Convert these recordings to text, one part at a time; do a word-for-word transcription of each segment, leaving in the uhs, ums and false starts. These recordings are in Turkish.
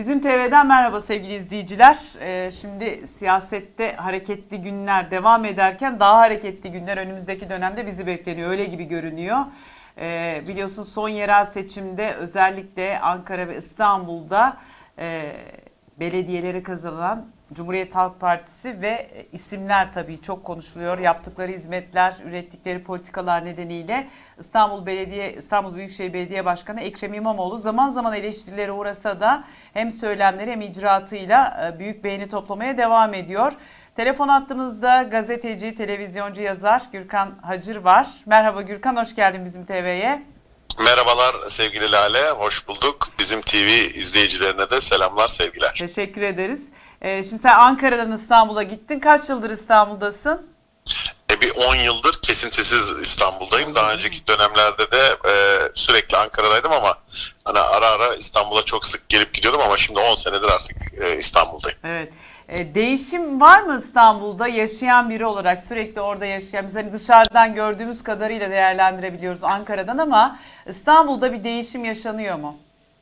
Bizim T V'den merhaba sevgili izleyiciler. Ee, şimdi siyasette hareketli günler devam ederken daha hareketli günler önümüzdeki dönemde bizi bekleniyor. Öyle gibi görünüyor. Ee, biliyorsun son yerel seçimde özellikle Ankara ve İstanbul'da e, belediyeleri kazanan Cumhuriyet Halk Partisi ve isimler tabii çok konuşuluyor. Yaptıkları hizmetler, ürettikleri politikalar nedeniyle İstanbul Belediye İstanbul Büyükşehir Belediye Başkanı Ekrem İmamoğlu zaman zaman eleştirilere uğrasa da hem söylemleri hem icraatıyla büyük beğeni toplamaya devam ediyor. Telefon hattımızda gazeteci, televizyoncu, yazar Gürkan Hacır var. Merhaba Gürkan, hoş geldin bizim T V'ye. Merhabalar sevgili Lale, hoş bulduk. Bizim T V izleyicilerine de selamlar, sevgiler. Teşekkür ederiz. Ee, şimdi sen Ankara'dan İstanbul'a gittin. Kaç yıldır İstanbul'dasın? E, bir on yıldır kesintisiz İstanbul'dayım. Daha önceki dönemlerde de e, sürekli Ankara'daydım ama hani ara ara İstanbul'a çok sık gelip gidiyordum ama şimdi on senedir artık e, İstanbul'dayım. Evet. E, değişim var mı İstanbul'da yaşayan biri olarak, sürekli orada yaşayan, biz hani dışarıdan gördüğümüz kadarıyla değerlendirebiliyoruz Ankara'dan ama İstanbul'da bir değişim yaşanıyor mu?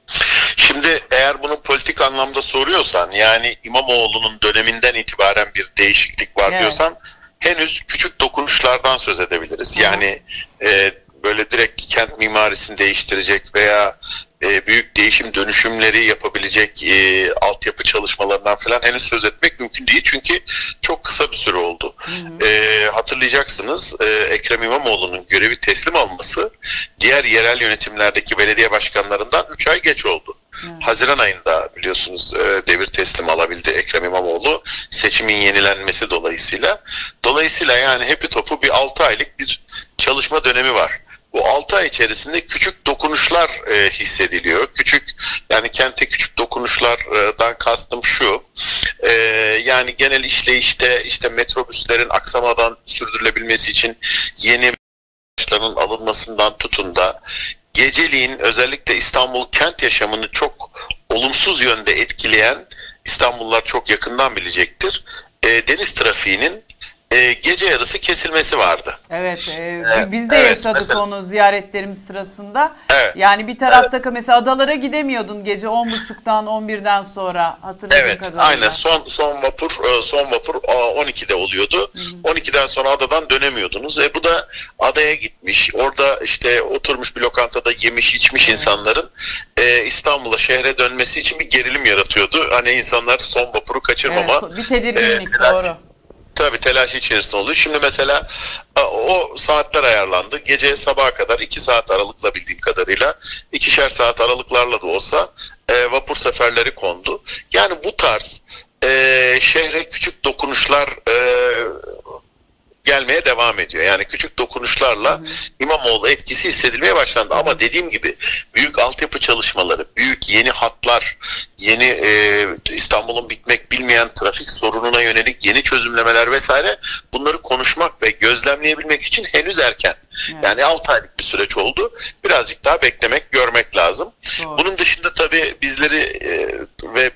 Şimdi eğer bunu politik anlamda soruyorsan, yani İmamoğlu'nun döneminden itibaren bir değişiklik var, evet, diyorsan henüz küçük dokunuşlardan söz edebiliriz. Hı. Yani e, böyle direkt kent mimarisini değiştirecek veya e, büyük değişim dönüşümleri yapabilecek e, altyapı çalışmalarından falan henüz söz etmek mümkün değil. Çünkü çok kısa bir süre oldu. Hı hı. E, hatırlayacaksınız, e, Ekrem İmamoğlu'nun görevi teslim alması diğer yerel yönetimlerdeki belediye başkanlarından üç ay geç oldu. Hmm. Haziran ayında biliyorsunuz e, devir teslim alabildi Ekrem İmamoğlu seçimin yenilenmesi dolayısıyla. Dolayısıyla yani hepi topu bir altı aylık bir çalışma dönemi var. Bu altı ay içerisinde küçük dokunuşlar e, hissediliyor. Küçük, yani kente küçük dokunuşlardan kastım şu. E, yani genel işleyişte işte metrobüslerin aksamadan sürdürülebilmesi için yeni araçların alınmasından tutun da geceliğin özellikle İstanbul kent yaşamını çok olumsuz yönde etkileyen, İstanbullular çok yakından bilecektir, e, deniz trafiğinin e, gece yarısı kesilmesi vardı. Evet, e, biz de evet, yaşadık mesela onu ziyaretlerimiz sırasında. Evet, yani bir tarafta evet, mesela adalara gidemiyordun gece on buçuktan on birden sonra, hatırladığım evet, kadarıyla. Aynen, son son vapur son vapur on ikide oluyordu. Hı hı. on ikiden sonra adadan dönemiyordunuz. E bu da adaya gitmiş, orada işte oturmuş bir lokantada yemiş içmiş, evet, insanların e, İstanbul'a, şehre dönmesi için bir gerilim yaratıyordu. Hani insanlar son vapuru kaçırmama. Evet, bir tedirginlik, e, telaş, doğru. Tabii telaş içerisinde oluyor. Şimdi mesela o saatler ayarlandı. Gece sabaha kadar iki saat aralıkla, bildiğim kadarıyla ikişer saat aralıklarla da olsa e, vapur seferleri kondu. Yani bu tarz e, şehre küçük dokunuşlar e, gelmeye devam ediyor. Yani küçük dokunuşlarla, hı hı, İmamoğlu etkisi hissedilmeye başlandı. Ama dediğim gibi büyük altyapı çalışmaları, büyük yeni hatlar, yeni e, İstanbul'un bitmek bilmeyen trafik sorununa yönelik yeni çözümlemeler vesaire, bunları konuşmak ve gözlemleyebilmek için henüz erken. Evet. Yani altı aylık bir süreç oldu. Birazcık daha beklemek, görmek lazım. Doğru. Bunun dışında tabii bizleri e, ve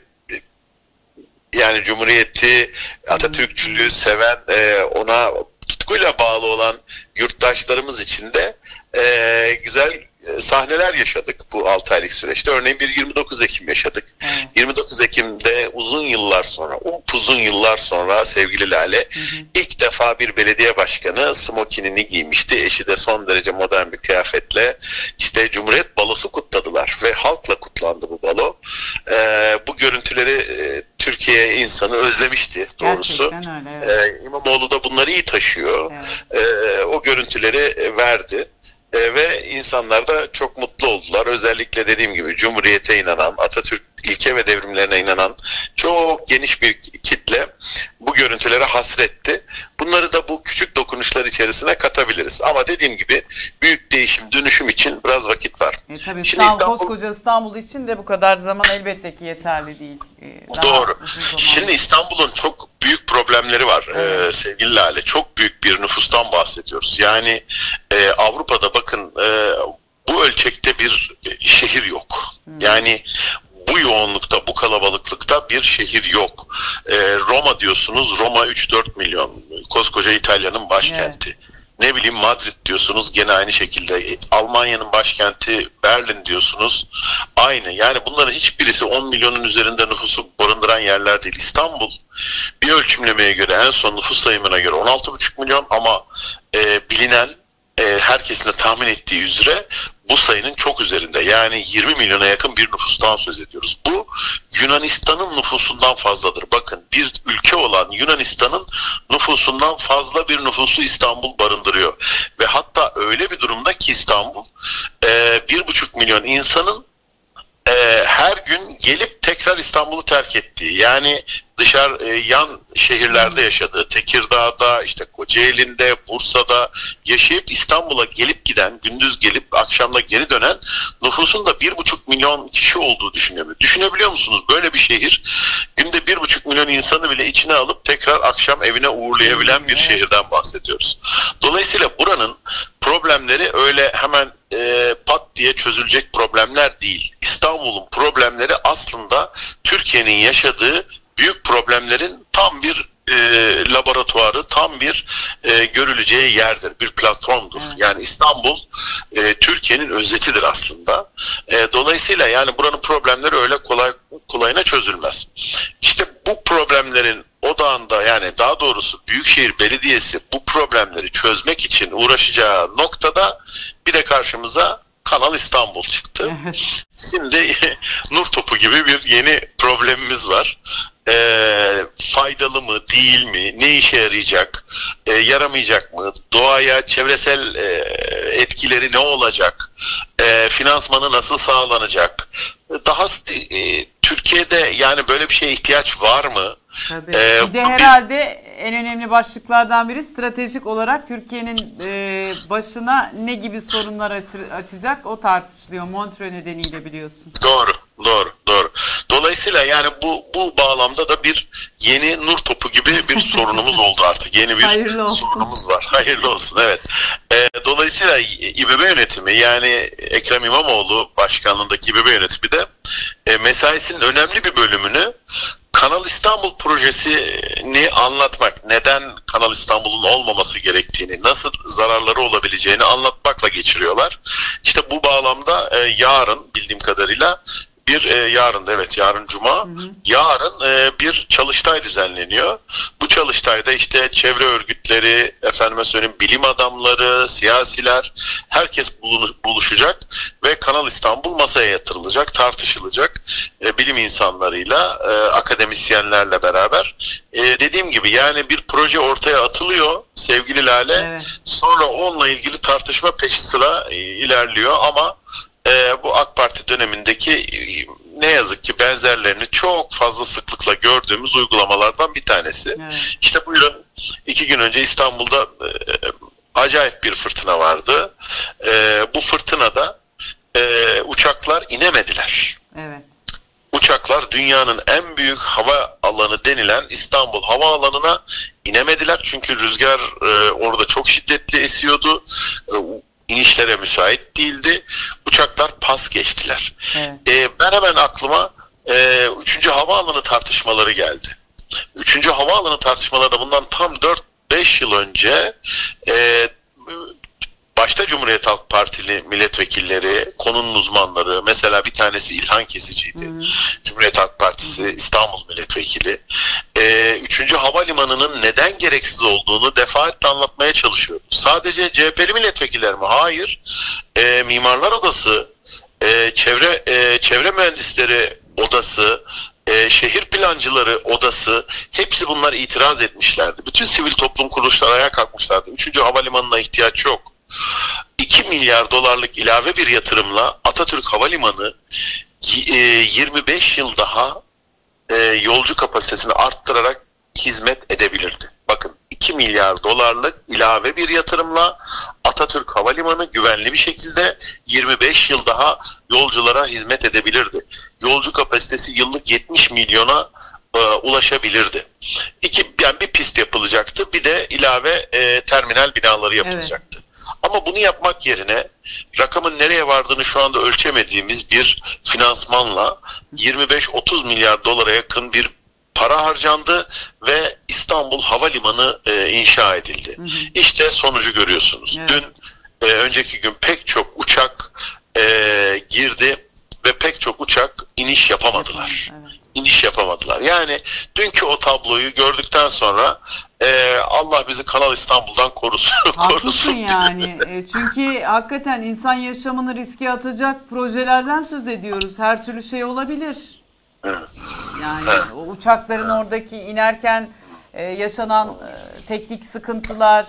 yani Cumhuriyeti, Atatürkçülüğü seven, e, ona tutkuyla bağlı olan yurttaşlarımız için de e, güzel sahneler yaşadık bu altı aylık süreçte. Örneğin bir yirmi dokuz Ekim yaşadık. Hmm. yirmi dokuz Ekim'de uzun yıllar sonra, uzun yıllar sonra sevgili Lale, hı hı, ilk defa bir belediye başkanı smokinini giymişti. Eşi de son derece modern bir kıyafetle işte Cumhuriyet balosu kutladılar ve halkla kutlandı bu balo. Ee, bu görüntüleri e, Türkiye insanı özlemişti doğrusu. Gerçekten öyle, evet. Ee, İmamoğlu da bunları iyi taşıyor. Evet. Ee, o görüntüleri verdi. Ee, ve insanlar da çok mutlu oldular. Özellikle dediğim gibi Cumhuriyete inanan, Atatürk ilke ve devrimlerine inanan çok geniş bir kitle bu görüntülere hasretti. Bunları da bu küçük dokunuşlar içerisine katabiliriz. Ama dediğim gibi büyük değişim, dönüşüm için biraz vakit var. E, tabii İstanbul, İstanbul, koskoca İstanbul için de bu kadar zaman elbette ki yeterli değil. Ee, Doğru. Şimdi İstanbul'un çok büyük problemleri var, evet, ee, sevgili Lale. Çok büyük bir nüfustan bahsediyoruz. Yani e, Avrupa'da bakın e, bu ölçekte bir e, şehir yok. Hmm. Yani bu yoğunlukta, bu kalabalıklıkta bir şehir yok. E, Roma diyorsunuz, Roma üç dört milyon. Koskoca İtalya'nın başkenti. Evet. Ne bileyim Madrid diyorsunuz gene aynı şekilde. E, Almanya'nın başkenti Berlin diyorsunuz. Aynı. Yani bunların hiçbirisi on milyonun üzerinde nüfusu barındıran yerler değil. İstanbul bir ölçümlemeye göre en son nüfus sayımına göre on altı buçuk milyon ama e, bilinen e, herkesin de tahmin ettiği üzere bu sayının çok üzerinde. Yani yirmi milyona yakın bir nüfustan söz ediyoruz. Bu Yunanistan'ın nüfusundan fazladır. Bakın bir ülke olan Yunanistan'ın nüfusundan fazla bir nüfusu İstanbul barındırıyor. Ve hatta öyle bir durumda ki İstanbul e, bir buçuk milyon insanın e, her gün gelip tekrar İstanbul'u terk ettiği, yani dışarı e, yan şehirlerde yaşadığı, Tekirdağ'da, işte Kocaeli'nde, Bursa'da yaşayıp İstanbul'a gelip giden, gündüz gelip akşamda geri dönen nüfusun da bir buçuk milyon kişi olduğu düşünüyor. Düşünebiliyor musunuz? Böyle bir şehir günde bir buçuk milyon insanı bile içine alıp tekrar akşam evine uğurlayabilen bir şehirden bahsediyoruz. Dolayısıyla buranın problemleri öyle hemen e, pat diye çözülecek problemler değil. İstanbul'un problemleri aslında Türkiye'nin yaşadığı büyük problemlerin tam bir e, laboratuvarı, tam bir e, görüleceği yerdir, bir platformdur. Evet. Yani İstanbul e, Türkiye'nin özetidir aslında. E, dolayısıyla yani buranın problemleri öyle kolay kolayına çözülmez. İşte bu problemlerin odağında, yani daha doğrusu Büyükşehir Belediyesi bu problemleri çözmek için uğraşacağı noktada bir de karşımıza Kanal İstanbul çıktı. Evet. Şimdi nur topu gibi bir yeni problemimiz var. E, faydalı mı, değil mi, ne işe yarayacak, e, yaramayacak mı, doğaya, çevresel e, etkileri ne olacak, e, finansmanı nasıl sağlanacak, daha e, Türkiye'de yani böyle bir şeye ihtiyaç var mı? Tabii. Ee, bir de herhalde en önemli başlıklardan biri stratejik olarak Türkiye'nin e, başına ne gibi sorunlar açı, açacak o tartışılıyor Montreux nedeniyle, biliyorsun. Doğru, doğru, doğru. Dolayısıyla yani bu bu bağlamda da bir yeni nur topu gibi bir sorunumuz oldu artık. Yeni bir sorunumuz var. Hayırlı olsun, evet. E, dolayısıyla İBB yönetimi, yani Ekrem İmamoğlu başkanlığındaki İBB yönetimi de e, mesaisinin önemli bir bölümünü Kanal İstanbul projesini anlatmak, neden Kanal İstanbul'un olmaması gerektiğini, nasıl zararları olabileceğini anlatmakla geçiriyorlar. İşte bu bağlamda e, yarın bildiğim kadarıyla bir e, yarın da evet yarın Cuma, hı hı. yarın e, bir çalıştay düzenleniyor. Bu çalıştayda işte çevre örgütleri, efendime söyleyeyim bilim adamları, siyasiler, herkes buluşacak ve Kanal İstanbul masaya yatırılacak, tartışılacak e, bilim insanlarıyla, e, akademisyenlerle beraber. E, dediğim gibi yani bir proje ortaya atılıyor sevgili Lale, evet. Sonra onunla ilgili tartışma peşi sıra e, ilerliyor ama Ee, bu AK Parti dönemindeki e, ne yazık ki benzerlerini çok fazla sıklıkla gördüğümüz uygulamalardan bir tanesi. Evet. İşte buyurun iki gün önce İstanbul'da e, acayip bir fırtına vardı. E, bu fırtınada e, uçaklar inemediler. Evet. Uçaklar dünyanın en büyük hava alanı denilen İstanbul Havaalanı'na inemediler. Çünkü rüzgar e, orada çok şiddetli esiyordu. E, inişlere müsait değildi. Uçaklar pas geçtiler. Evet. Ee, ben hemen aklıma e, üçüncü havaalanı tartışmaları geldi. üçüncü havaalanı tartışmaları bundan tam dört beş yıl önce e, başta Cumhuriyet Halk Partili milletvekilleri, konunun uzmanları, mesela bir tanesi İlhan Kesici'ydi. Hmm. Cumhuriyet Halk Partisi hmm. İstanbul milletvekili. Ee, üçüncü havalimanının neden gereksiz olduğunu defaatle anlatmaya çalışıyordu. Sadece C H P'li milletvekiller mi? Hayır. Ee, Mimarlar Odası, e, çevre e, çevre mühendisleri odası, e, şehir plancıları odası, hepsi bunlar itiraz etmişlerdi. Bütün sivil toplum kuruluşları ayağa kalkmışlardı. Üçüncü havalimanına ihtiyaç yok. iki milyar dolarlık ilave bir yatırımla Atatürk Havalimanı yirmi beş yıl daha yolcu kapasitesini arttırarak hizmet edebilirdi. Bakın iki milyar dolarlık ilave bir yatırımla Atatürk Havalimanı güvenli bir şekilde yirmi beş yıl daha yolculara hizmet edebilirdi. Yolcu kapasitesi yıllık yetmiş milyona e, ulaşabilirdi. İki, yani bir pist yapılacaktı, bir de ilave e, terminal binaları yapılacaktı. Evet. Ama bunu yapmak yerine rakamın nereye vardığını şu anda ölçemediğimiz bir finansmanla yirmi beş otuz milyar dolara yakın bir para harcandı ve İstanbul Havalimanı e, inşa edildi. Hı hı. İşte sonucu görüyorsunuz. Evet. Dün e, önceki gün pek çok uçak e, girdi ve pek çok uçak iniş yapamadılar. Evet. İniş yapamadılar. Yani dünkü o tabloyu gördükten sonra e, Allah bizi Kanal İstanbul'dan korusun. Haklısın korusun yani. E, çünkü hakikaten insan yaşamını riske atacak projelerden söz ediyoruz. Her türlü şey olabilir. Evet. Yani evet. O uçakların evet. oradaki inerken e, yaşanan e, teknik sıkıntılar,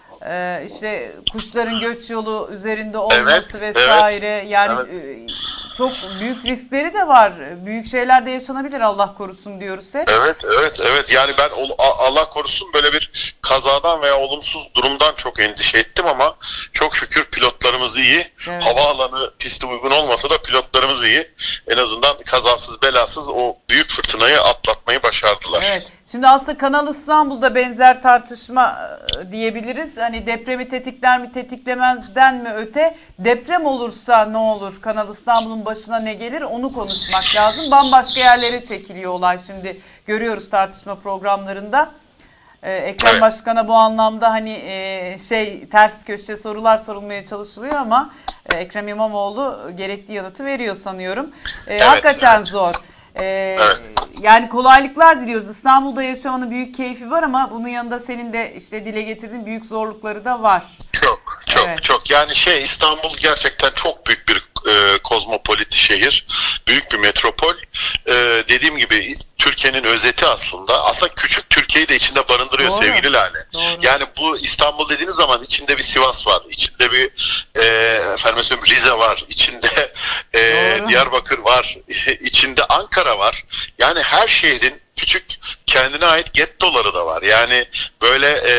e, işte kuşların göç yolu üzerinde olması evet. vesaire. Evet. Yani evet. E, çok büyük riskleri de var. Büyük şeyler de yaşanabilir, Allah korusun diyoruz hep. Evet, evet, evet. Yani ben Allah korusun böyle bir kazadan veya olumsuz durumdan çok endişe ettim ama çok şükür pilotlarımız iyi. Evet. Havaalanı pisti uygun olmasa da pilotlarımız iyi. En azından kazasız belasız o büyük fırtınayı atlatmayı başardılar. Evet. Şimdi aslında Kanal İstanbul'da benzer tartışma diyebiliriz. Hani depremi tetikler mi tetiklemezden mi öte, deprem olursa ne olur? Kanal İstanbul'un başına ne gelir? Onu konuşmak lazım. Bambaşka yerlere çekiliyor olay şimdi. Görüyoruz tartışma programlarında. Ee, Ekrem evet. Başkan'a bu anlamda hani e, şey ters köşe sorular sorulmaya çalışılıyor ama e, Ekrem İmamoğlu gerekli yanıtı veriyor sanıyorum. E, evet, hakikaten evet. zor. Ee, evet. Yani kolaylıklar diliyoruz. İstanbul'da yaşamanın büyük keyfi var ama bunun yanında senin de işte dile getirdiğin büyük zorlukları da var. Çok çok evet. çok. Yani şey İstanbul gerçekten çok büyük bir e, kozmopolit şehir. Büyük bir metropol. E, dediğim gibi Türkiye'nin özeti aslında. Aslında küçük Türkiye'yi de içinde barındırıyor. Doğru. Sevgili Lale. Doğru. Yani bu İstanbul dediğiniz zaman içinde bir Sivas var. İçinde bir e, efendim Rize var. İçinde e, Diyarbakır var. İçinde Ankara var. Yani her şehrin küçük kendine ait gettoları da var. Yani böyle e,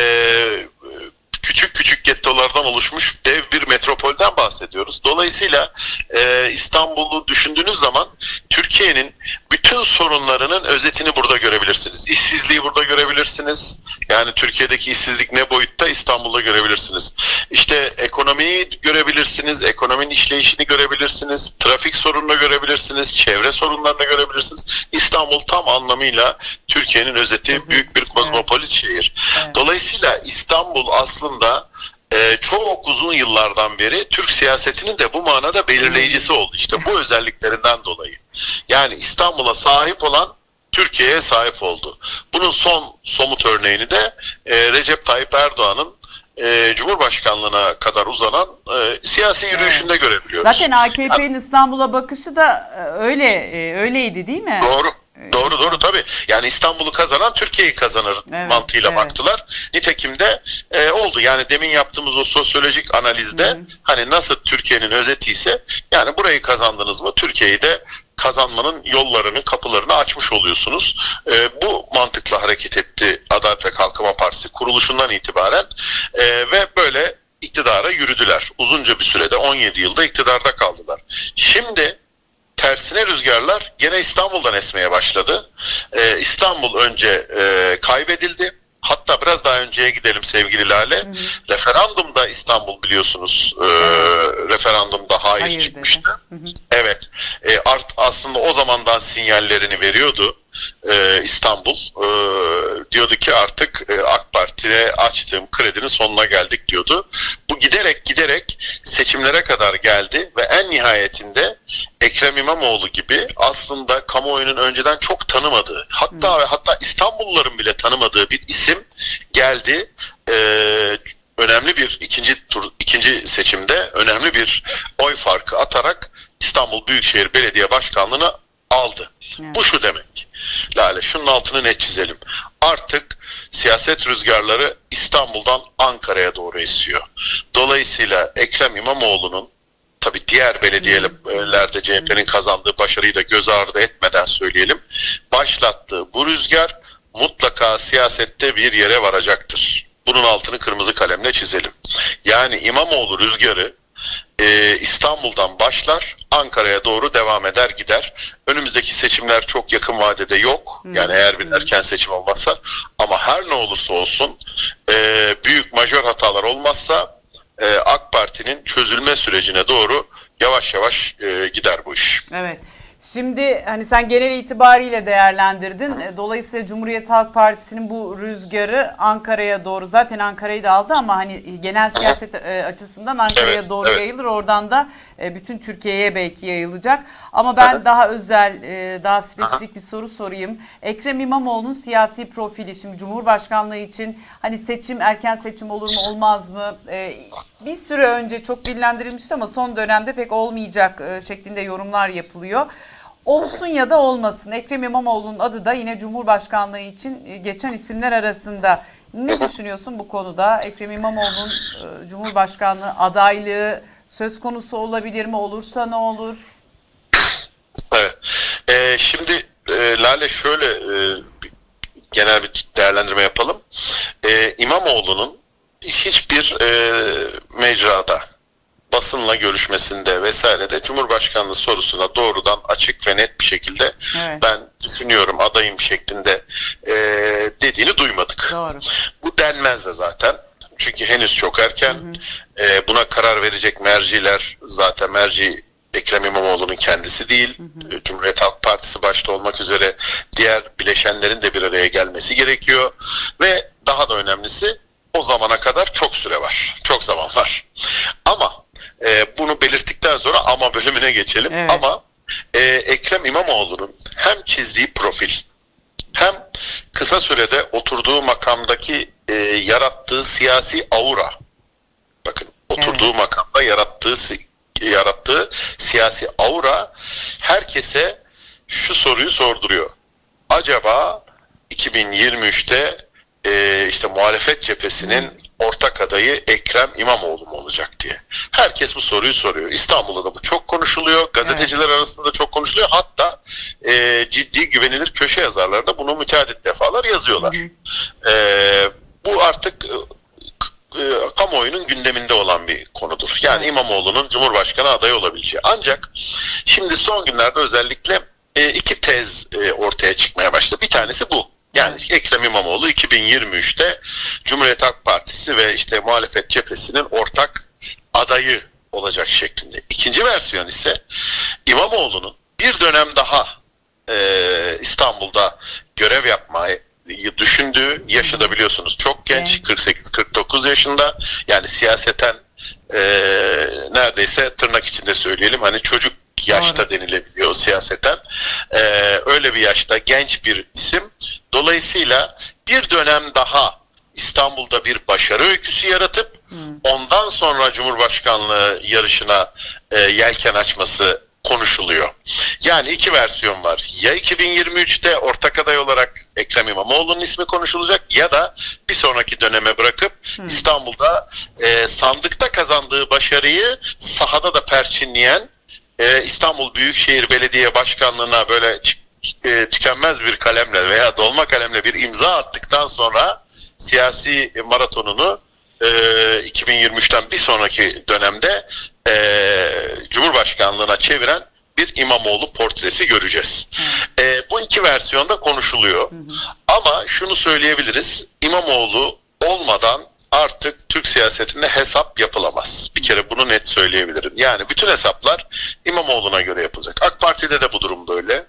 küçük küçük gettolardan oluşmuş dev bir metropolden bahsediyoruz. Dolayısıyla e, İstanbul'u düşündüğünüz zaman Türkiye'nin bütün sorunlarının özetini burada görebilirsiniz. İşsizliği burada görebilirsiniz. Yani Türkiye'deki işsizlik ne boyutta İstanbul'da görebilirsiniz. İşte ekonomiyi görebilirsiniz, ekonominin işleyişini görebilirsiniz, trafik sorununu görebilirsiniz, çevre sorunlarını görebilirsiniz. İstanbul tam anlamıyla Türkiye'nin özeti, evet. büyük bir kozmopolit evet. şehir. Evet. Dolayısıyla İstanbul aslında e, çok uzun yıllardan beri Türk siyasetinin de bu manada belirleyicisi oldu. İşte bu özelliklerinden dolayı. Yani İstanbul'a sahip olan Türkiye'ye sahip oldu. Bunun son somut örneğini de e, Recep Tayyip Erdoğan'ın e, Cumhurbaşkanlığına kadar uzanan e, siyasi yürüyüşünde evet. görebiliyoruz. Zaten A K P'nin yani, İstanbul'a bakışı da öyle e, öyleydi değil mi? Doğru. Doğru doğru tabii. Yani İstanbul'u kazanan Türkiye'yi kazanır evet, mantığıyla evet. baktılar. Nitekim de e, oldu. Yani demin yaptığımız o sosyolojik analizde Hı. hani nasıl Türkiye'nin özeti ise yani burayı kazandınız mı Türkiye'yi de kazanmanın yollarını, kapılarını açmış oluyorsunuz. E, bu mantıkla hareket etti Adalet ve Kalkınma Partisi kuruluşundan itibaren e, ve böyle iktidara yürüdüler. Uzunca bir sürede on yedi yılda iktidarda kaldılar. Şimdi tersine rüzgarlar gene İstanbul'dan esmeye başladı. Ee, İstanbul önce e, kaybedildi. Hatta biraz daha önceye gidelim sevgili Lale. Hı hı. Referandumda İstanbul biliyorsunuz e, referandumda hayır, hayır çıkmıştı. Hı hı. Evet. E, art, aslında o zamandan sinyallerini veriyordu e, İstanbul. E, diyordu ki artık e, AK Parti'ye açtığım kredinin sonuna geldik diyordu. Bu giderek giderek seçimlere kadar geldi ve en nihayetinde Ekrem İmamoğlu gibi aslında kamuoyunun önceden çok tanımadığı, hatta hmm. ve hatta İstanbulluların bile tanımadığı bir isim geldi. Ee, önemli bir ikinci tur, ikinci seçimde önemli bir oy farkı atarak İstanbul Büyükşehir Belediye Başkanlığı'nı aldı. Hmm. Bu şu demek. Lale, şunun altını net çizelim. Artık siyaset rüzgarları İstanbul'dan Ankara'ya doğru esiyor. Dolayısıyla Ekrem İmamoğlu'nun tabii diğer belediyelerde C H P'nin kazandığı başarıyı da göz ardı etmeden söyleyelim. Başlattığı bu rüzgar mutlaka siyasette bir yere varacaktır. Bunun altını kırmızı kalemle çizelim. Yani İmamoğlu rüzgarı e, İstanbul'dan başlar, Ankara'ya doğru devam eder gider. Önümüzdeki seçimler çok yakın vadede yok. Yani eğer bir erken seçim olmazsa, ama her ne olursa olsun e, büyük majör hatalar olmazsa e, AK Parti'nin çözülme sürecine doğru yavaş yavaş e, gider bu iş. Evet. Şimdi hani sen genel itibariyle değerlendirdin. E, Dolayısıyla Cumhuriyet Halk Partisi'nin bu rüzgarı Ankara'ya doğru, zaten Ankara'yı da aldı ama hani genel siyaset e, açısından Ankara'ya Evet, doğru evet. yayılır. Oradan da e, bütün Türkiye'ye belki yayılacak. Ama ben Evet. daha özel, e, daha spesifik bir soru sorayım. Ekrem İmamoğlu'nun siyasi profili, şimdi Cumhurbaşkanlığı için hani seçim, erken seçim olur mu olmaz mı? E, bir süre önce çok dillendirilmişti ama son dönemde pek olmayacak e, şeklinde yorumlar yapılıyor. Olsun ya da olmasın, Ekrem İmamoğlu'nun adı da yine Cumhurbaşkanlığı için e, geçen isimler arasında. Ne düşünüyorsun bu konuda? Ekrem İmamoğlu'nun e, Cumhurbaşkanlığı adaylığı söz konusu olabilir mi? Olursa ne olur? Evet. Ee, şimdi e, Lale şöyle e, bir- genel bir değerlendirme yapalım. Ee, İmamoğlu'nun hiçbir e, mecrada, basınla görüşmesinde vesairede Cumhurbaşkanlığı sorusuna doğrudan açık ve net bir şekilde Evet. ben düşünüyorum adayım şeklinde e, dediğini duymadık. Doğru. Bu denmez de zaten. Çünkü henüz çok erken. Hı hı. E, buna karar verecek merciler zaten merci Ekrem İmamoğlu'nun kendisi değil. Hı hı. Cumhuriyet Halk Partisi başta olmak üzere diğer bileşenlerin de bir araya gelmesi gerekiyor. Ve daha da önemlisi o zamana kadar çok süre var. Çok zaman var. Ama e, bunu belirttikten sonra ama bölümüne geçelim. Evet. Ama e, Ekrem İmamoğlu'nun hem çizdiği profil hem kısa sürede oturduğu makamdaki e, yarattığı siyasi aura, bakın oturduğu evet. makamda yarattığı yarattığı siyasi aura herkese şu soruyu sorduruyor. Acaba iki bin yirmi üçte e, işte muhalefet cephesinin hmm. ortak adayı Ekrem İmamoğlu mu olacak diye. Herkes bu soruyu soruyor. İstanbul'da da bu çok konuşuluyor. Gazeteciler evet. arasında da çok konuşuluyor. Hatta e, ciddi güvenilir köşe yazarları da bunu müteahhit defalar yazıyorlar. Hmm. E, bu artık e, kamuoyunun gündeminde olan bir konudur. Yani evet. İmamoğlu'nun Cumhurbaşkanı adayı olabileceği. Ancak şimdi son günlerde özellikle e, iki tez e, ortaya çıkmaya başladı. Bir tanesi bu. Yani evet. Ekrem İmamoğlu iki bin yirmi üçte Cumhuriyet Halk Partisi ve işte muhalefet cephesinin ortak adayı olacak şeklinde. İkinci versiyon ise İmamoğlu'nun bir dönem daha e, İstanbul'da görev yapmayı düşündüğü, yaşı da biliyorsunuz çok genç, evet. kırk sekiz kırk dokuz yaşında, yani siyaseten e, neredeyse tırnak içinde söyleyelim hani çocuk yaşta Doğru. denilebiliyor siyaseten. Ee, öyle bir yaşta genç bir isim. Dolayısıyla bir dönem daha İstanbul'da bir başarı öyküsü yaratıp hmm. ondan sonra Cumhurbaşkanlığı yarışına e, yelken açması konuşuluyor. Yani iki versiyon var. Ya iki bin yirmi üçte ortak aday olarak Ekrem İmamoğlu'nun ismi konuşulacak ya da bir sonraki döneme bırakıp hmm. İstanbul'da e, sandıkta kazandığı başarıyı sahada da perçinleyen Ee, İstanbul Büyükşehir Belediye Başkanlığı'na böyle e, tükenmez bir kalemle veya dolma kalemle bir imza attıktan sonra siyasi maratonunu e, iki bin yirmi üçten bir sonraki dönemde e, Cumhurbaşkanlığına çeviren bir İmamoğlu portresi göreceğiz. E, bu iki versiyonda konuşuluyor. Hı hı. Ama şunu söyleyebiliriz. İmamoğlu olmadan artık Türk siyasetinde hesap yapılamaz. Bir kere bunu net söyleyebilirim. Yani bütün hesaplar İmamoğlu'na göre yapılacak. AK Parti'de de bu durum böyle.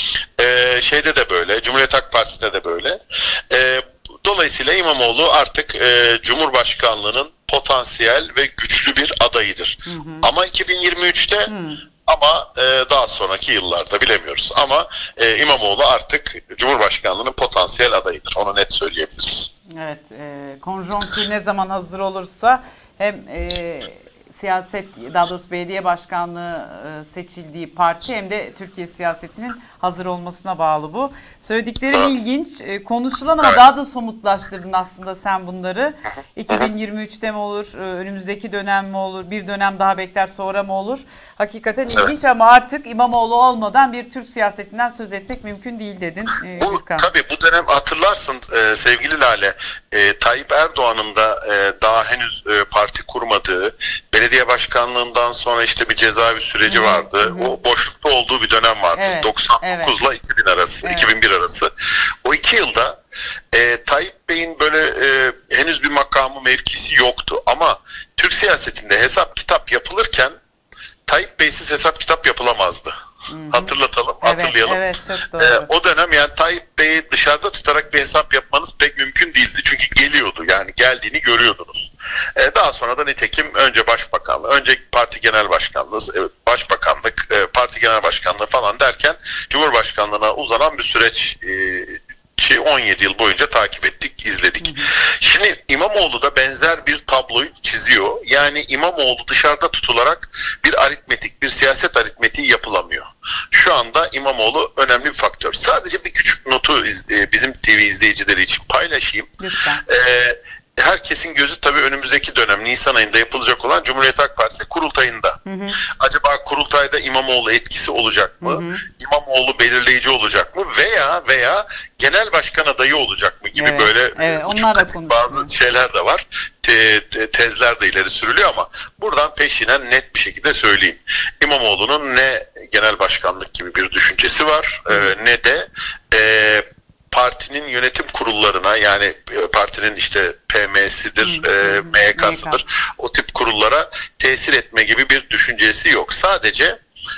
Ee, şeyde de böyle. Cumhuriyet Halk Partisi'de de böyle. Ee, dolayısıyla İmamoğlu artık e, Cumhurbaşkanlığının potansiyel ve güçlü bir adayıdır. Hı hı. Ama iki bin yirmi üçte hı. ama e, daha sonraki yıllarda bilemiyoruz. Ama e, İmamoğlu artık Cumhurbaşkanlığının potansiyel adayıdır. Onu net söyleyebiliriz. Evet, e, konjonktür ne zaman hazır olursa hem e, siyaset, daha doğrusu belediye başkanlığı e, seçildiği parti hem de Türkiye siyasetinin hazır olmasına bağlı bu. Söylediklerin ilginç, e, konuşulan ama daha da somutlaştırdın aslında sen bunları. iki bin yirmi üçte mi olur, e, önümüzdeki dönem mi olur, bir dönem daha bekler sonra mı olur? Hakikaten ilginç ama artık İmamoğlu olmadan bir Türk siyasetinden söz etmek mümkün değil dedin. E, bu, tabii bu dönem hatırlarsın e, sevgili Lale, e, Tayyip Erdoğan'ın da e, daha henüz e, parti kurmadığı, belediye başkanlığından sonra işte bir cezaevi süreci hı-hı, vardı. Hı-hı. O boşlukta olduğu bir dönem vardı. Evet, doksan dokuzla evet. iki bin arası, evet. iki bin bir arası. O iki yılda e, Tayyip Bey'in böyle e, henüz bir makamı, mevkisi yoktu. Ama Türk siyasetinde hesap kitap yapılırken Tayyip Bey'siz hesap kitap yapılamazdı. Hatırlatalım, Evet, hatırlayalım. evet, çok Ee, doğru. o dönem yani Tayyip Bey'i dışarıda tutarak bir hesap yapmanız pek mümkün değildi. Çünkü geliyordu, yani geldiğini görüyordunuz. Ee, daha sonra da nitekim önce başbakanlığı, önce parti genel başkanlığı, başbakanlık, e, parti genel başkanlığı falan derken Cumhurbaşkanlığına uzanan bir süreç e, şey on yedi yıl boyunca takip ettik, izledik. Hı hı. Şimdi İmamoğlu da benzer bir tabloyu çiziyor. Yani İmamoğlu dışarıda tutularak bir aritmetik, bir siyaset aritmetiği yapılamıyor. Şu anda İmamoğlu önemli bir faktör. Sadece bir küçük notu bizim T V izleyicileri için paylaşayım. Lütfen. Ee, herkesin gözü tabii önümüzdeki dönem Nisan ayında yapılacak olan Cumhuriyet Halk Partisi kurultayında. Hı hı. Acaba kurultayda İmamoğlu etkisi olacak mı? Hı hı. İmamoğlu belirleyici olacak mı? Veya veya genel başkan adayı olacak mı gibi evet, böyle evet, onlar da bazı şeyler de var. Te, te, tezler de ileri sürülüyor ama buradan peşinen net bir şekilde söyleyeyim. İmamoğlu'nun ne genel başkanlık gibi bir düşüncesi var, e, ne de e, partinin yönetim kurullarına, yani partinin işte P M'sidir, e, M Y K'sıdır, o tip kurullara tesir etme gibi bir düşüncesi yok. Sadece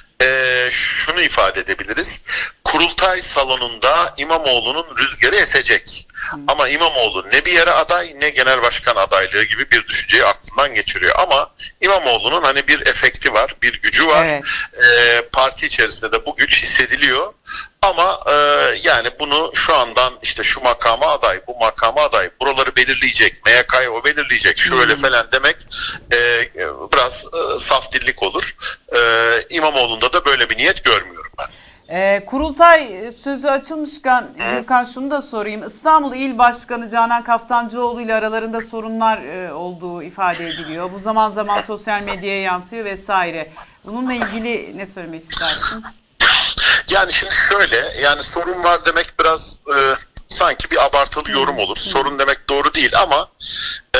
e, şunu ifade edebiliriz. Kurultay salonunda İmamoğlu'nun rüzgarı esecek. Hı. Ama İmamoğlu ne bir yere aday ne genel başkan adaylığı gibi bir düşünceyi aklından geçiriyor. Ama İmamoğlu'nun hani bir efekti var, bir gücü var. Evet. E, parti içerisinde de bu güç hissediliyor. Ama e, yani bunu şu andan işte şu makama aday, bu makama aday, buraları belirleyecek, M Y K'yı o belirleyecek, şöyle hmm. falan demek e, biraz e, saf dillik olur. E, İmamoğlu'nda da böyle bir niyet görmüyorum ben. E, kurultay sözü açılmışken Gürkan şunu da sorayım. İstanbul İl Başkanı Canan Kaftancıoğlu ile aralarında sorunlar e, olduğu ifade ediliyor. Bu zaman zaman sosyal medyaya yansıyor vesaire. Bununla ilgili ne söylemek istersin? Yani şimdi şöyle, yani sorun var demek biraz e, sanki bir abartılı yorum olur. Hı. Sorun demek doğru değil ama e,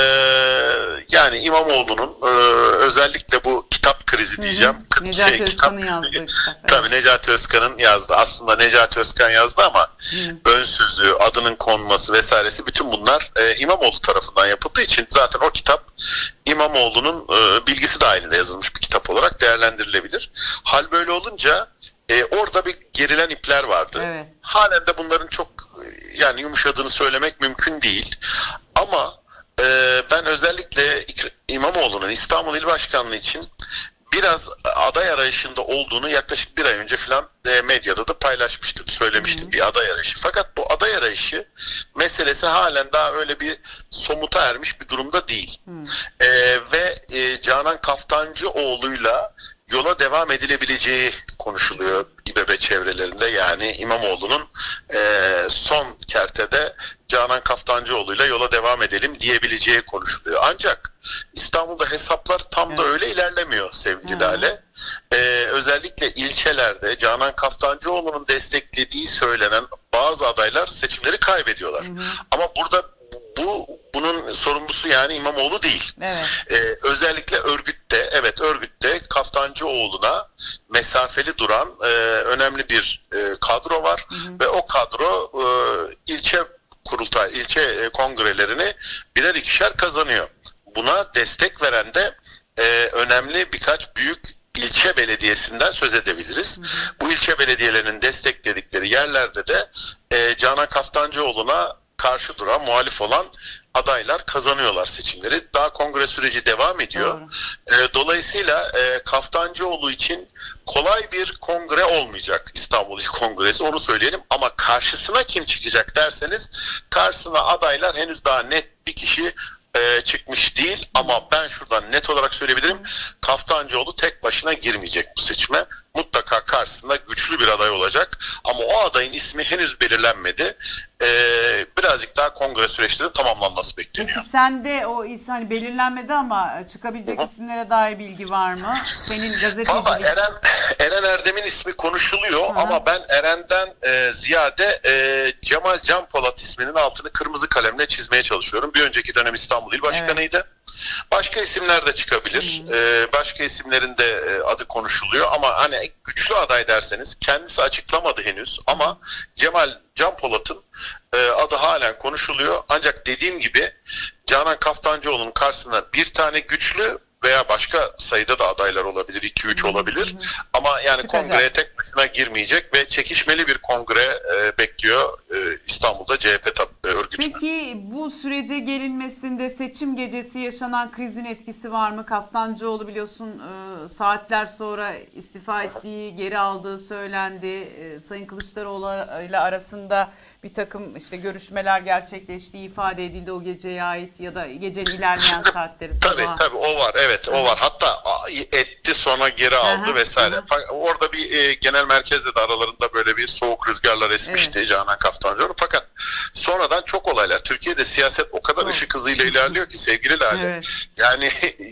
yani İmamoğlu'nun e, özellikle bu kitap krizi diyeceğim. Hı hı. Necati şey, Özkan'ın yazdığı kitap. Evet. Tabii Necati Özkan'ın yazdı. Aslında Necati Özkan yazdı ama hı. ön sözü, adının konması vesairesi bütün bunlar e, İmamoğlu tarafından yapıldığı için zaten o kitap İmamoğlu'nun e, bilgisi dahilinde yazılmış bir kitap olarak değerlendirilebilir. Hal böyle olunca Ee, orada bir gerilen ipler vardı. Evet. Halen de bunların çok yani yumuşadığını söylemek mümkün değil. Ama e, ben özellikle İmamoğlu'nun İstanbul İl Başkanlığı için biraz aday arayışında olduğunu yaklaşık bir ay önce falan e, medyada da paylaşmıştım, söylemiştim. Hı. Bir aday arayışı. Fakat bu aday arayışı meselesi halen daha öyle bir somuta ermiş bir durumda değil. E, ve e, Canan Kaftancıoğlu'yla yola devam edilebileceği konuşuluyor İBB çevrelerinde. Yani İmamoğlu'nun e, son kertede Canan Kaftancıoğlu'yla yola devam edelim diyebileceği konuşuluyor. Ancak İstanbul'da hesaplar tam evet. da öyle ilerlemiyor sevgili Lale. Ee, özellikle ilçelerde Canan Kaftancıoğlu'nun desteklediği söylenen bazı adaylar seçimleri kaybediyorlar. Hı hı. Ama burada bu bunun sorumlusu yani İmamoğlu değil. Evet. Ee, özellikle örgütte, evet örgütte Kaftancıoğlu'na mesafeli duran e, önemli bir e, kadro var. Hı hı. Ve o kadro e, ilçe kurultay, ilçe e, kongrelerini birer ikişer kazanıyor. Buna destek veren de e, önemli birkaç büyük ilçe belediyesinden söz edebiliriz. Hı hı. Bu ilçe belediyelerinin destekledikleri yerlerde de e, Canan Kaftancıoğlu'na karşı duran, muhalif olan adaylar kazanıyorlar seçimleri. Daha kongre süreci devam ediyor. E, dolayısıyla e, Kaftancıoğlu için kolay bir kongre olmayacak İstanbul İl Kongresi, onu söyleyelim. Ama karşısına kim çıkacak derseniz, karşısına adaylar henüz daha net bir kişi e, çıkmış değil. Ama ben şuradan net olarak söyleyebilirim. Kaftancıoğlu tek başına girmeyecek bu seçime. Mutlaka karşısında güçlü bir aday olacak. Ama o adayın ismi henüz belirlenmedi. Ee, birazcık daha kongre süreçleri tamamlanması bekleniyor. Peki sende o isim hani belirlenmedi ama çıkabilecek Hı-hı. isimlere dair bilgi var mı? Senin gazeteci... Valla Eren, Eren Erdem'in ismi konuşuluyor. Hı-hı. Ama ben Eren'den e, ziyade e, Cemal Can Polat isminin altını kırmızı kalemle çizmeye çalışıyorum. Bir önceki dönem İstanbul İl Başkanı'ydı. Evet. Başka isimler de çıkabilir. Hmm. Ee, başka isimlerin de e, adı konuşuluyor ama hani güçlü aday derseniz kendisi açıklamadı henüz ama Cemal Can Polat'ın e, adı halen konuşuluyor. Ancak dediğim gibi Canan Kaftancıoğlu'nun karşısına bir tane güçlü veya başka sayıda da adaylar olabilir, iki üç olabilir. Ama yani Çıkacak. kongreye tek başına girmeyecek ve çekişmeli bir kongre e, bekliyor e, İstanbul'da C H P tab- e, örgütünü. Peki bu sürece gelinmesinde seçim gecesi yaşanan krizin etkisi var mı? Kaftancıoğlu biliyorsun e, saatler sonra istifa ettiği, geri aldığı söylendi. E, Sayın Kılıçdaroğlu ile arasında bir takım işte görüşmeler gerçekleştiği ifade edildi o geceye ait ya da gecenin ilerleyen Şimdi, saatleri tabii sabaha. tabii o var, evet o var. Hatta a, etti sonra geri aldı Aha, vesaire. aha. Fa- Orada bir e, genel merkezle de aralarında böyle bir soğuk rüzgarlar esmişti Evet. Canan Kaftancıoğlu. Fakat sonradan çok olaylar. Türkiye'de siyaset o kadar Çok. ışık hızıyla ilerliyor ki sevgili Lale. Evet. Yani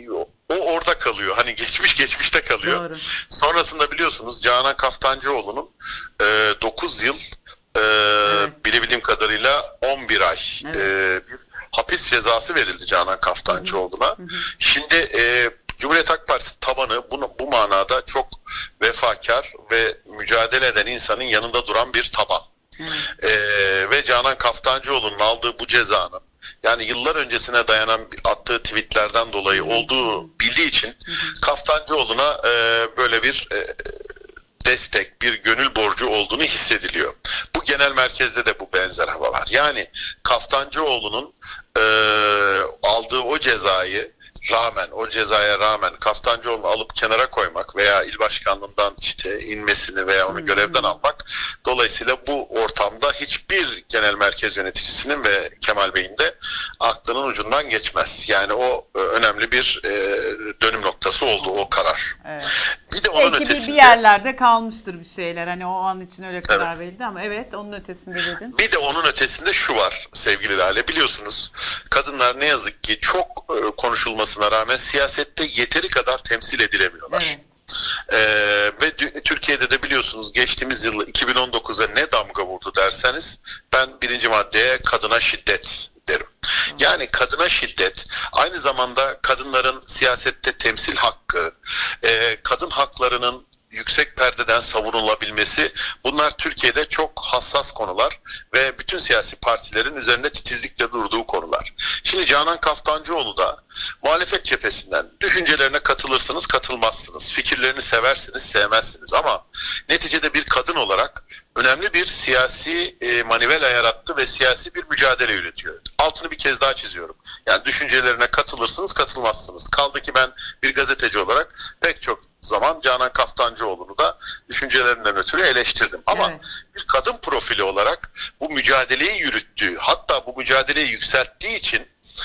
o orada kalıyor. Hani geçmiş geçmişte kalıyor. Doğru. Sonrasında biliyorsunuz Canan Kaftancıoğlu'nun e, dokuz yıl e, Evet. bilebildiğim kadarıyla on bir ay Evet. e, bir hapis cezası verildi Canan Kaftancıoğlu'na. Şimdi e, Cumhuriyet Halk Partisi tabanı bunu, bu manada çok vefakar ve mücadele eden insanın yanında duran bir taban. Evet. E, ve Canan Kaftancıoğlu'nun aldığı bu cezanın yani yıllar öncesine dayanan attığı tweetlerden dolayı olduğu bildiği için Kaftancıoğlu'na e, böyle bir e, destek, bir gönül borcu olduğunu hissediliyor. Bu genel merkezde de bu benzer hava var. Yani Kaftancıoğlu'nun e, aldığı o cezayı rağmen, o cezaya rağmen Kaftancıoğlu'nu alıp kenara koymak veya il başkanlığından işte inmesini veya onu görevden almak, dolayısıyla bu ortamda hiçbir genel merkez yöneticisinin ve Kemal Bey'in de aklının ucundan geçmez. Yani o e, önemli bir e, dönüm noktası oldu o karar. Evet. Bir de onun Belki bir- ötesinde bir yerlerde kalmıştır bir şeyler. Hani o an için öyle karar Evet. verildi ama evet onun ötesinde dedin. Bir de onun ötesinde şu var sevgili Lale, biliyorsunuz kadınlar ne yazık ki çok e, konuşulmasına rağmen siyasette yeteri kadar temsil edilemiyorlar. Evet. Ee, ve dü- Türkiye'de de biliyorsunuz geçtiğimiz yıl iki bin on dokuza ne damga vurdu derseniz ben birinci maddeye kadına şiddet derim. Yani kadına şiddet aynı zamanda kadınların siyasette temsil hakkı, e, kadın haklarının yüksek perdeden savunulabilmesi, bunlar Türkiye'de çok hassas konular ve bütün siyasi partilerin üzerinde titizlikle durduğu konular. Şimdi Canan Kaftancıoğlu da muhalefet cephesinden düşüncelerine katılırsınız, katılmazsınız. Fikirlerini seversiniz, sevmezsiniz ama neticede bir kadın olarak önemli bir siyasi e, manivela yarattı ve siyasi bir mücadele yürütüyor. Altını bir kez daha çiziyorum. Yani düşüncelerine katılırsınız, katılmazsınız. Kaldı ki ben bir gazeteci olarak pek çok zaman Canan Kaftancıoğlu'nu da düşüncelerinden ötürü eleştirdim. Ama Evet. bir kadın profili olarak bu mücadeleyi yürüttüğü, hatta bu mücadeleyi yükselttiği için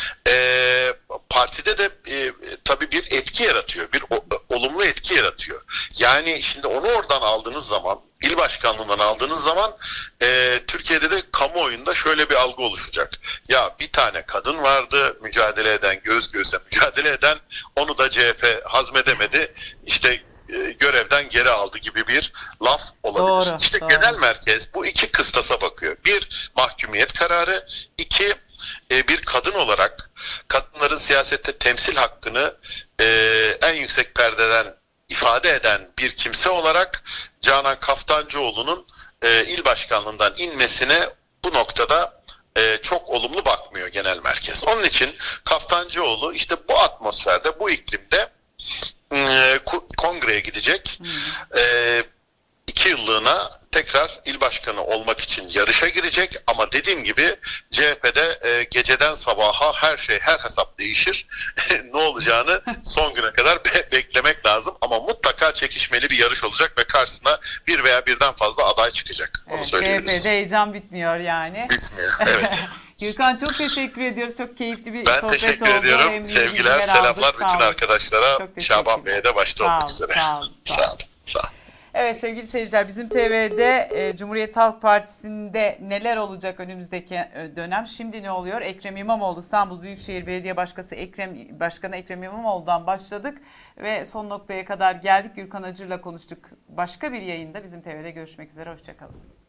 e, partide de e, tabii bir etki yaratıyor. Bir o, olumlu etki yaratıyor. Yani şimdi onu oradan aldığınız zaman, il başkanlığından aldığınız zaman e, Türkiye'de de kamuoyunda şöyle bir algı oluşacak. Ya bir tane kadın vardı mücadele eden, göz göze mücadele eden, onu da C H P hazmedemedi, işte e, görevden geri aldı gibi bir laf olabilir. Doğru, işte doğru. genel merkez bu iki kıstasa bakıyor. Bir, mahkumiyet kararı. İki, e, bir kadın olarak kadınların siyasette temsil hakkını e, en yüksek perdeden ifade eden bir kimse olarak Canan Kaftancıoğlu'nun e, il başkanlığından inmesine bu noktada e, çok olumlu bakmıyor genel merkez. Onun için Kaftancıoğlu işte bu atmosferde, bu iklimde e, ku- kongreye gidecek. E, iki yıllığına tekrar il başkanı olmak için yarışa girecek ama dediğim gibi C H P'de e, geceden sabaha her şey, her hesap değişir. Ne olacağını son güne kadar be- beklemek lazım ama mutlaka çekişmeli bir yarış olacak ve karşısına bir veya birden fazla aday çıkacak. Onu Evet, söyleyebiliriz. C H P'de heyecan bitmiyor yani. Bitmiyor. Evet. Gürkan çok teşekkür ediyoruz. Çok keyifli bir Ben sohbet teşekkür oldu. ediyorum. Hem Sevgiler, bilgiler selamlar aldık. Sağ bütün olun. arkadaşlara. Çok teşekkürler. Şaban Bey'e de başta Sağ olmak olun, üzere. sağ olun, sağ Sağ olun. olun. Sağ olun. Evet sevgili seyirciler, bizim T V'de e, Cumhuriyet Halk Partisi'nde neler olacak önümüzdeki e, dönem? Şimdi ne oluyor? Ekrem İmamoğlu, İstanbul Büyükşehir Belediye Başkanı Ekrem Başkanı Ekrem İmamoğlu'dan başladık ve son noktaya kadar geldik. Gürkan Acır'la konuştuk. Başka bir yayında bizim T V'de görüşmek üzere. Hoşça kalın.